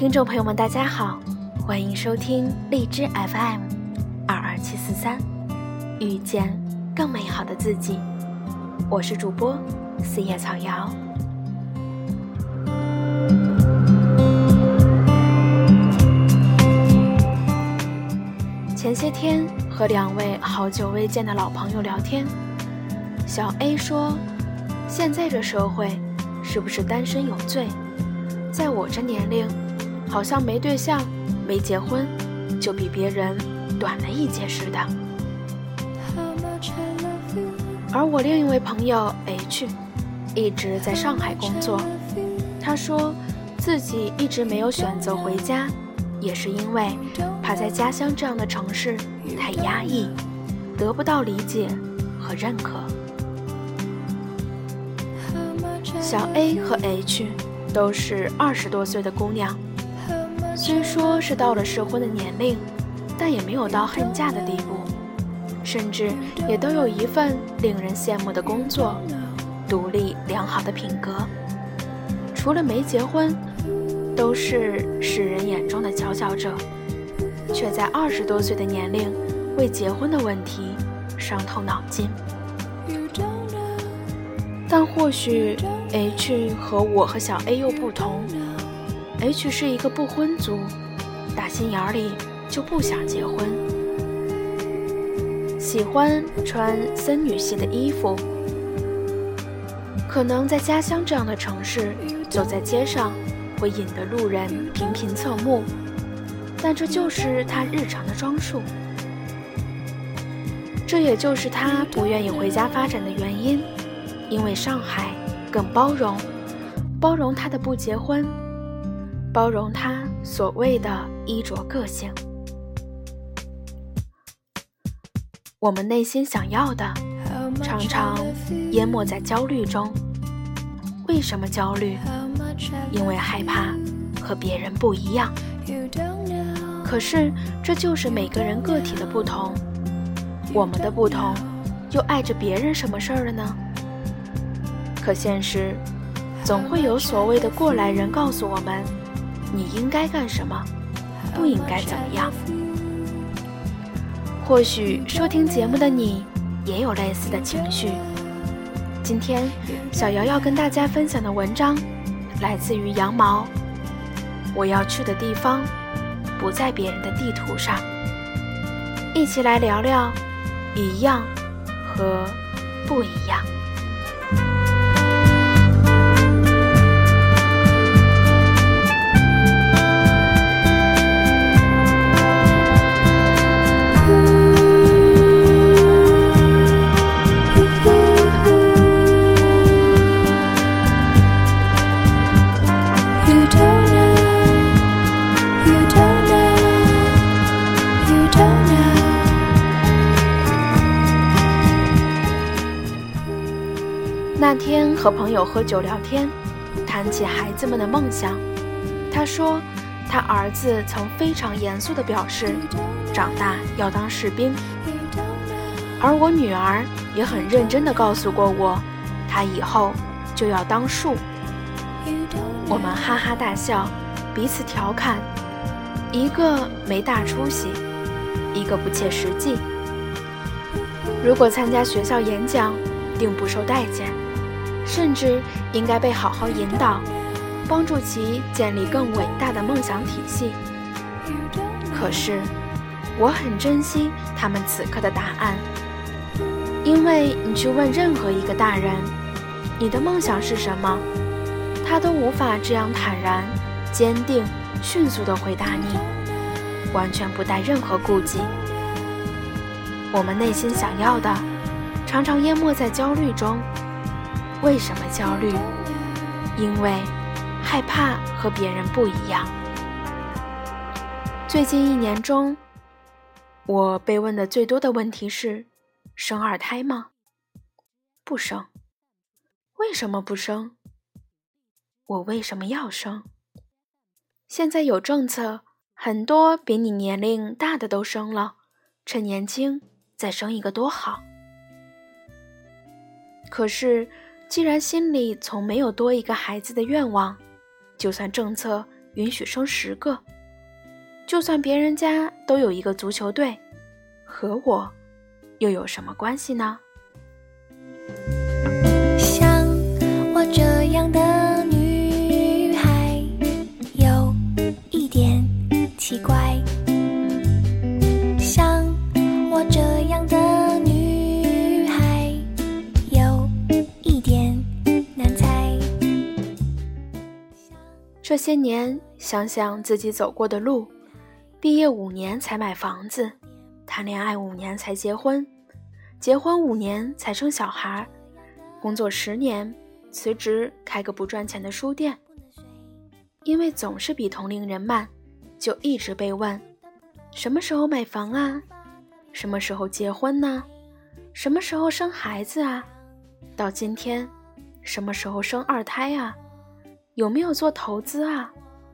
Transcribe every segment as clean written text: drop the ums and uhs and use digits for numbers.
听众朋友们大家好，欢迎收听荔枝 FM 22743，遇见更美好的自己，我是主播四叶草瑶。前些天和2位好久未见的老朋友聊天，小 A 说，现在这社会是不是单身有罪？在我这年龄，好像没对象没结婚就比别人短了一截似的。而我另一位朋友 H 一直在上海工作，他说自己一直没有选择回家，也是因为怕在家乡这样的城市太压抑，得不到理解和认可。小 A 和 H 都是20多岁的姑娘，虽说是到了适婚的年龄，但也没有到恨嫁的地步，甚至也都有一份令人羡慕的工作，独立良好的品格。除了没结婚，都是世人眼中的佼佼者，却在20多岁的年龄为结婚的问题伤透脑筋。但或许 H 和我和小 A 又不同， H 是一个不婚族，打心眼里就不想结婚，喜欢穿森女系的衣服。可能在家乡这样的城市，走在街上会引得路人频频侧目，但这就是他日常的装束。这也就是他不愿意回家发展的原因，因为上海更包容他的不结婚，包容他所谓的衣着个性。我们内心想要的常常淹没在焦虑中。为什么焦虑？因为害怕和别人不一样。可是这就是每个人个体的不同，我们的不同又碍着别人什么事儿了呢？可现实总会有所谓的过来人告诉我们，你应该干什么，不应该怎么样。或许收听节目的你也有类似的情绪。今天小瑶要跟大家分享的文章来自于羊毛，我要去的地方不在别人的地图上。一起来聊聊一样和不一样。那天和朋友喝酒聊天，谈起孩子们的梦想，他说他儿子曾非常严肃地表示长大要当士兵，而我女儿也很认真地告诉过我，她以后就要当树。我们哈哈大笑，彼此调侃，一个没大出息，一个不切实际。如果参加学校演讲，定不受待见，甚至应该被好好引导，帮助其建立更伟大的梦想体系。可是我很珍惜他们此刻的答案，因为你去问任何一个大人，你的梦想是什么，他都无法这样坦然、坚定、迅速地回答你，完全不带任何顾忌。我们内心想要的常常淹没在焦虑中。为什么焦虑？因为害怕和别人不一样。最近1年中，我被问的最多的问题是：生2胎吗？不生。为什么不生？我为什么要生？现在有政策，很多比你年龄大的都生了，趁年轻再生一个多好。可是既然心里从没有多一个孩子的愿望，就算政策允许生10个。就算别人家都有一个足球队，和我又有什么关系呢？ 像我这样的女孩有一点奇怪，像我这样的女孩有一点难猜。 这些年想想自己走过的路，毕业5年才买房子，谈恋爱5年才结婚，结婚5年才生小孩，工作10年，辞职开个不赚钱的书店。因为总是比同龄人慢，就一直被问什么时候买房啊，什么时候结婚呢，什么时候生孩子啊，到今天什么时候生2胎啊，有没有做投资啊。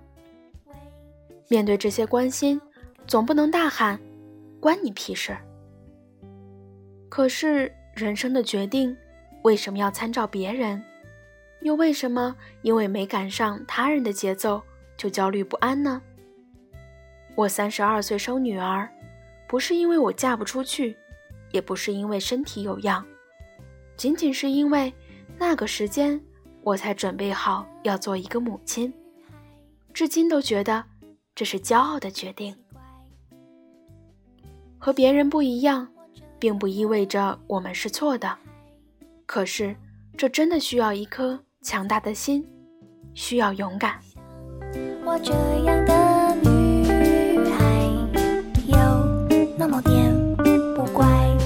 面对这些关心，总不能大喊关你屁事。可是人生的决定为什么要参照别人？又为什么因为没赶上他人的节奏就焦虑不安呢？我32岁生女儿，不是因为我嫁不出去，也不是因为身体有恙，仅仅是因为那个时间我才准备好要做一个母亲，至今都觉得这是骄傲的决定。和别人不一样，并不意味着我们是错的，可是这真的需要一颗强大的心，需要勇敢。 我这样的女孩有那么点不乖，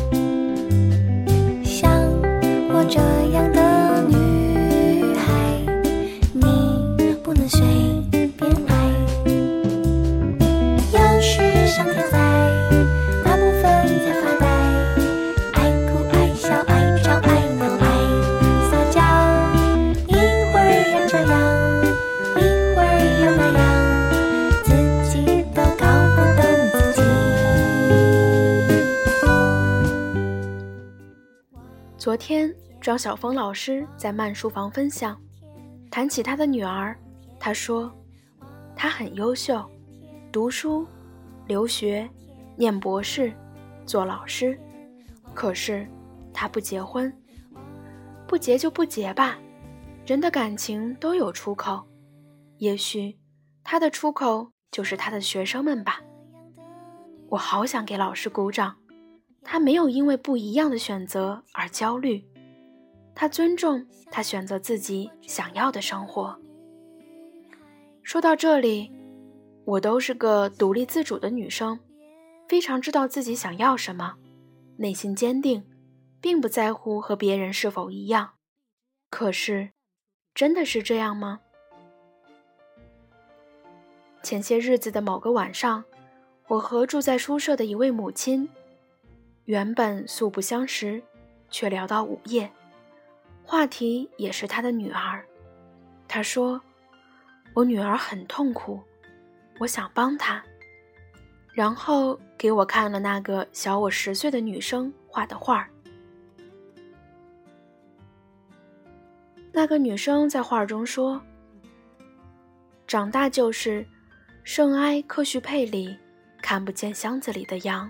像我这样的女孩你不能随便爱。有时上天在，大部分在发呆，爱哭爱笑爱吵爱闹爱撒娇，一会儿要这样，一会儿又那样，自己都搞不懂自己。 昨天张晓峰老师在慢书房分享，谈起他的女儿，他说她很优秀，读书留学念博士做老师，可是她不结婚。不结就不结吧，人的感情都有出口，也许她的出口就是她的学生们吧。我好想给老师鼓掌，他没有因为不一样的选择而焦虑，他尊重他选择自己想要的生活。说到这里，我都是个独立自主的女生，非常知道自己想要什么，内心坚定，并不在乎和别人是否一样。可是，真的是这样吗？前些日子的某个晚上，我和住在宿舍的一位母亲，原本素不相识，却聊到午夜，话题也是她的女儿。她说，我女儿很痛苦，我想帮她。然后给我看了那个小我10岁的女生画的画。那个女生在画中说，长大就是圣埃克许佩里看不见箱子里的羊。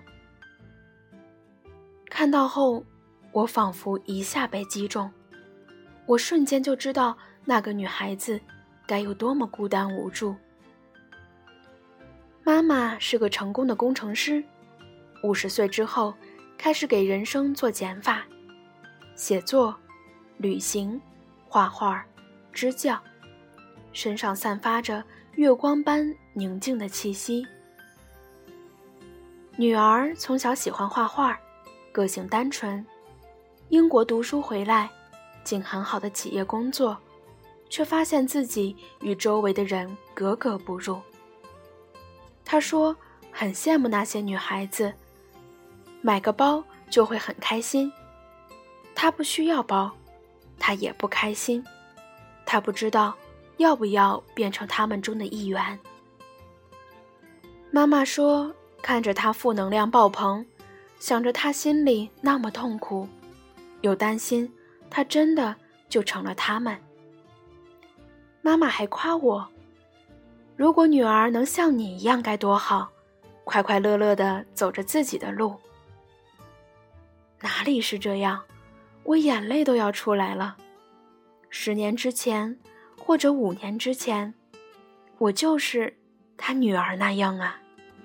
看到后，我仿佛一下被击中，我瞬间就知道那个女孩子该有多么孤单无助。妈妈是个成功的工程师，50岁之后开始给人生做减法，写作、旅行、画画、支教，身上散发着月光般宁静的气息。女儿从小喜欢画画，个性单纯，英国读书回来，进很好的企业工作，却发现自己与周围的人格格不入。她说很羡慕那些女孩子，买个包就会很开心。她不需要包，她也不开心，她不知道要不要变成他们中的一员。妈妈说，看着她负能量爆棚，想着她心里那么痛苦，又担心她真的就成了他们。妈妈还夸我， 如果女儿能像你一样该多好，快快乐乐地走着自己的路。哪里是这样，我眼泪都要出来了。10年之前，或者5年之前，我就是她女儿那样啊。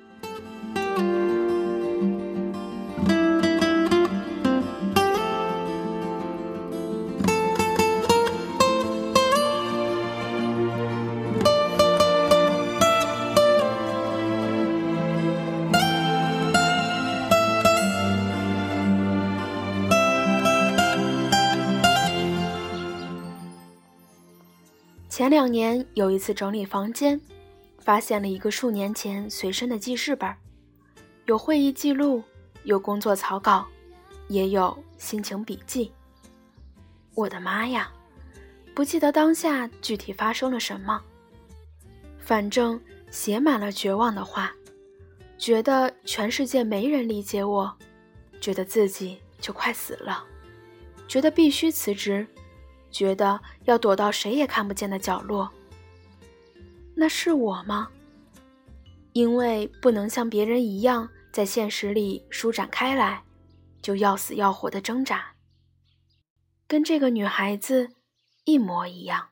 前2年有一次整理房间，发现了一个数年前随身的记事本，有会议记录，有工作草稿，也有心情笔记。我的妈呀，不记得当下具体发生了什么，反正写满了绝望的话，觉得全世界没人理解我，觉得自己就快死了，觉得必须辞职，觉得要躲到谁也看不见的角落。那是我吗？因为不能像别人一样在现实里舒展开来，就要死要活的挣扎，跟这个女孩子一模一样。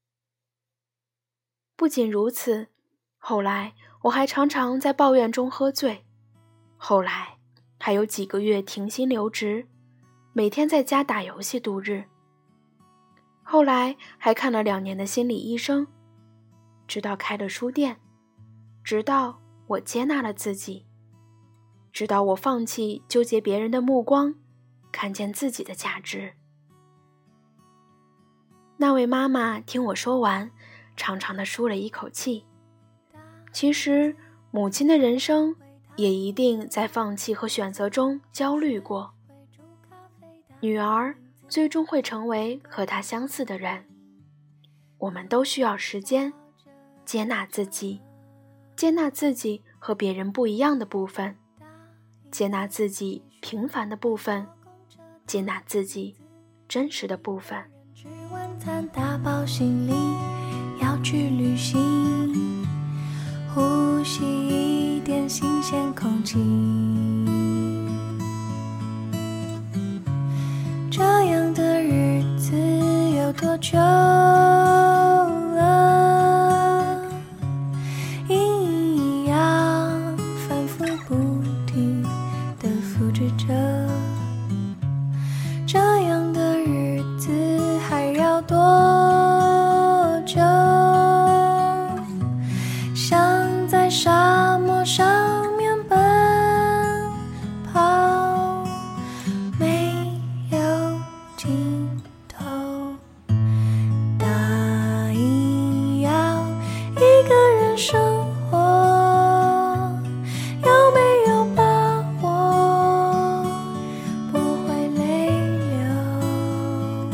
不仅如此，后来我还常常在抱怨中喝醉，后来还有几个月停薪留职，每天在家打游戏度日。后来还看了2年的心理医生，直到开了书店，直到我接纳了自己，直到我放弃纠结别人的目光，看见自己的价值。那位妈妈听我说完，长长地舒了一口气。其实母亲的人生也一定在放弃和选择中焦虑过。女儿最终会成为和她相似的人。我们都需要时间，接纳自己，接纳自己和别人不一样的部分，接纳自己平凡的部分，接纳自己真实的部分。 吃晚餐，打包行李，要去旅行，呼吸一点新鲜空气。这样的日子有多久了？一样反复不停地复制着。这样的日子还要多久？像在沙漠上面奔跑，没有尽头。答应要一个人生活，有没有把握不会泪流？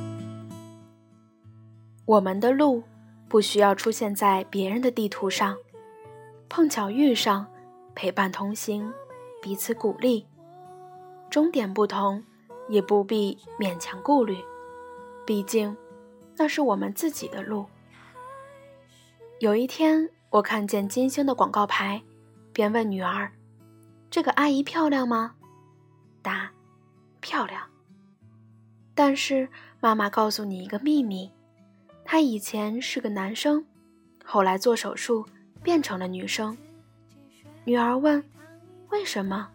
我们的路不需要出现在别人的地图上，碰巧遇上，陪伴同行，彼此鼓励。终点不同，也不必勉强顾虑，毕竟那是我们自己的路。有一天，我看见金星的广告牌，便问女儿：“这个阿姨漂亮吗？”答：“漂亮。”但是妈妈告诉你一个秘密，她以前是个男生，后来做手术变成了女生。女儿问：“为什么？”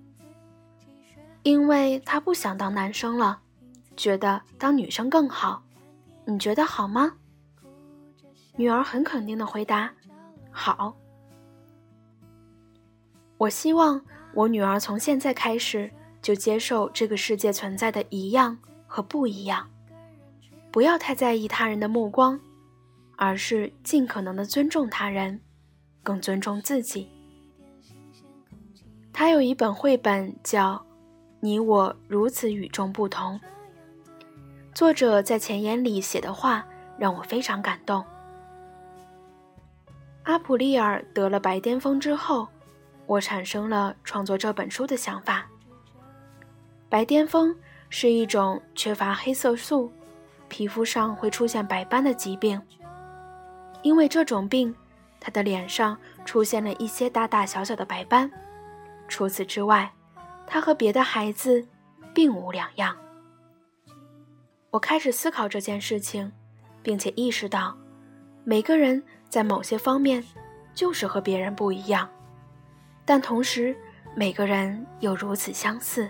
因为她不想当男生了，觉得当女生更好。你觉得好吗？女儿很肯定地回答：“好。”我希望我女儿从现在开始就接受这个世界存在的一样和不一样，不要太在意他人的目光，而是尽可能地尊重他人，更尊重自己。她有一本绘本叫《你我如此与众不同》，作者在前言里写的话让我非常感动。阿普利尔得了白癜风之后，我产生了创作这本书的想法。白癜风是一种缺乏黑色素，皮肤上会出现白斑的疾病。因为这种病， 他的脸上出现了一些大大小小的白斑，除此之外，他和别的孩子并无两样。我开始思考这件事情，并且意识到，每个人在某些方面就是和别人不一样，但同时每个人又如此相似。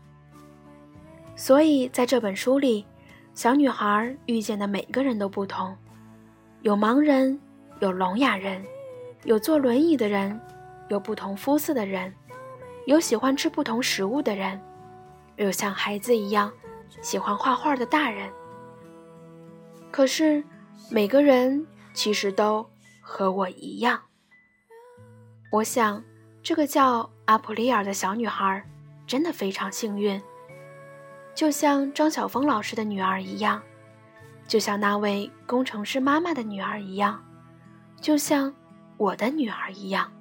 所以在这本书里，小女孩遇见的每个人都不同，有盲人，有聋哑人，有坐轮椅的人，有不同肤色的人，有喜欢吃不同食物的人，有像孩子一样喜欢画画的大人。可是每个人其实都和我一样。我想这个叫阿普利尔的小女孩真的非常幸运，就像张晓峰老师的女儿一样，就像那位工程师妈妈的女儿一样，就像我的女儿一样。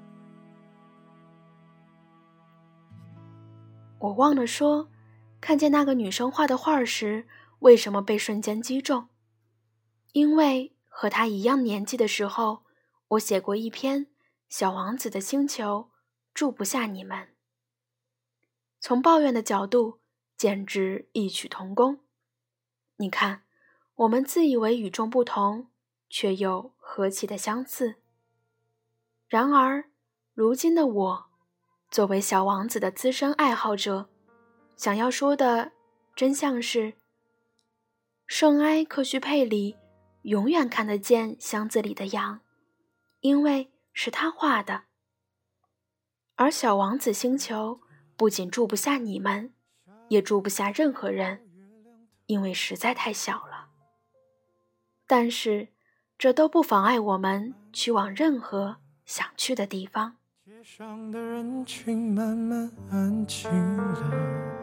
我忘了说，看见那个女生画的画时，为什么被瞬间击中？因为和她一样年纪的时候，我写过一篇《小王子的星球住不下你们》，从抱怨的角度，简直异曲同工。你看，我们自以为与众不同，却又何其的相似。然而，如今的我，作为小王子的资深爱好者，想要说的真相是，圣埃克许佩里永远看得见箱子里的羊，因为是他画的。而小王子星球不仅住不下你们，也住不下任何人，因为实在太小了。但是这都不妨碍我们去往任何想去的地方。 街上的人群慢慢安静了，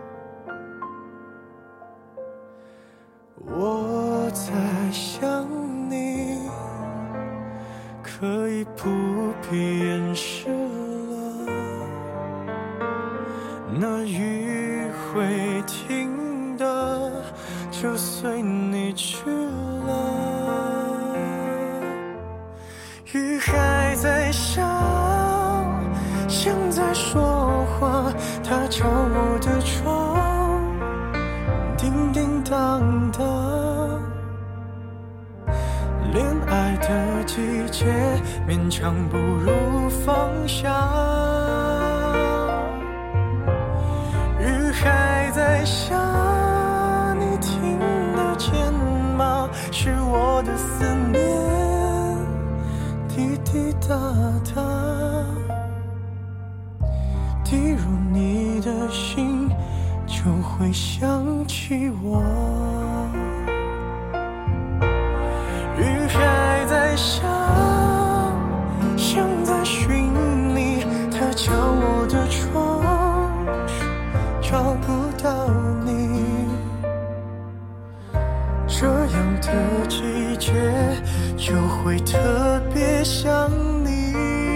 我在想你，可以不必掩饰了，那雨会停的，就随你去了，雨还在下，像在说话，它敲我的窗，叮叮当当。恋爱的季节，勉强不如放下。雨还在下，你听得见吗？是我的思念，滴滴答答。滴入你的心，就会想起我。雨还在下，像在寻你，它敲我的窗，找不到你。这样的季节，就会特别想你。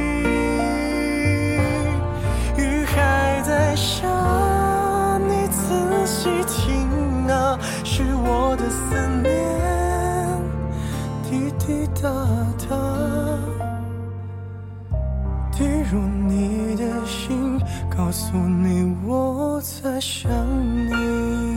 在下，你仔细听啊，是我的思念，滴滴答答，滴入你的心，告诉你我在想你。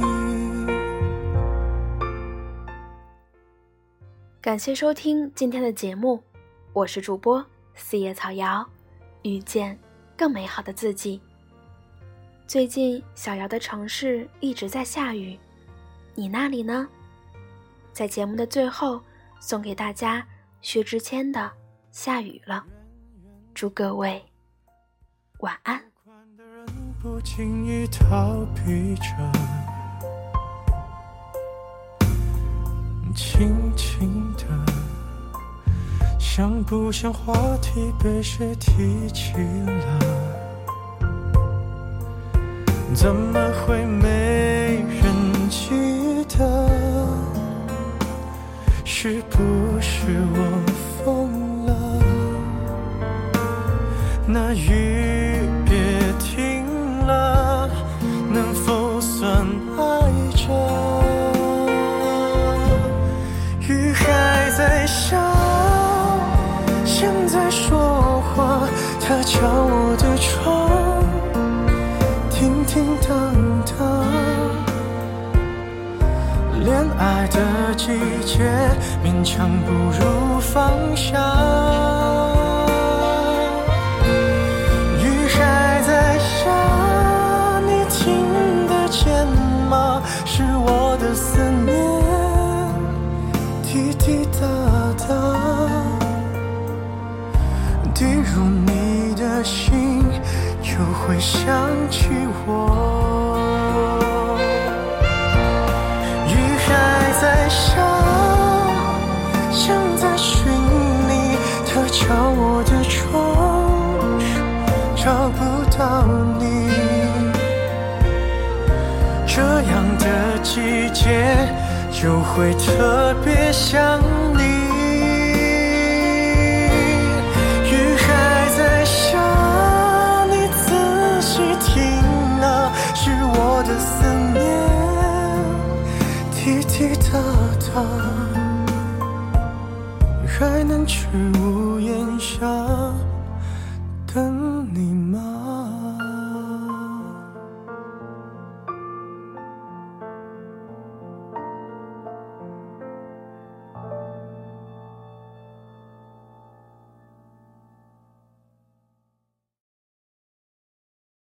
感谢收听今天的节目，我是主播四叶草瑶，遇见更美好的自己。最近小瑶的城市一直在下雨，你那里呢？在节目的最后，送给大家薛之谦的《下雨了》，祝各位晚安。 不经意逃避着，轻轻的，像不像话题被谁提起了？怎么会没人记得？是不是我疯了？那雨别停了，能否算爱着？雨还在下，像在说强不如放下。雨还在下，你听得见吗？是我的思念滴滴答答，滴入你的心，就会想起我。雨还在下，像在寻你，它敲我的窗，找不到你。这样的季节就会特别想你。雨还在下，你仔细听啊，是我的思念滴滴答答，还能去屋檐下。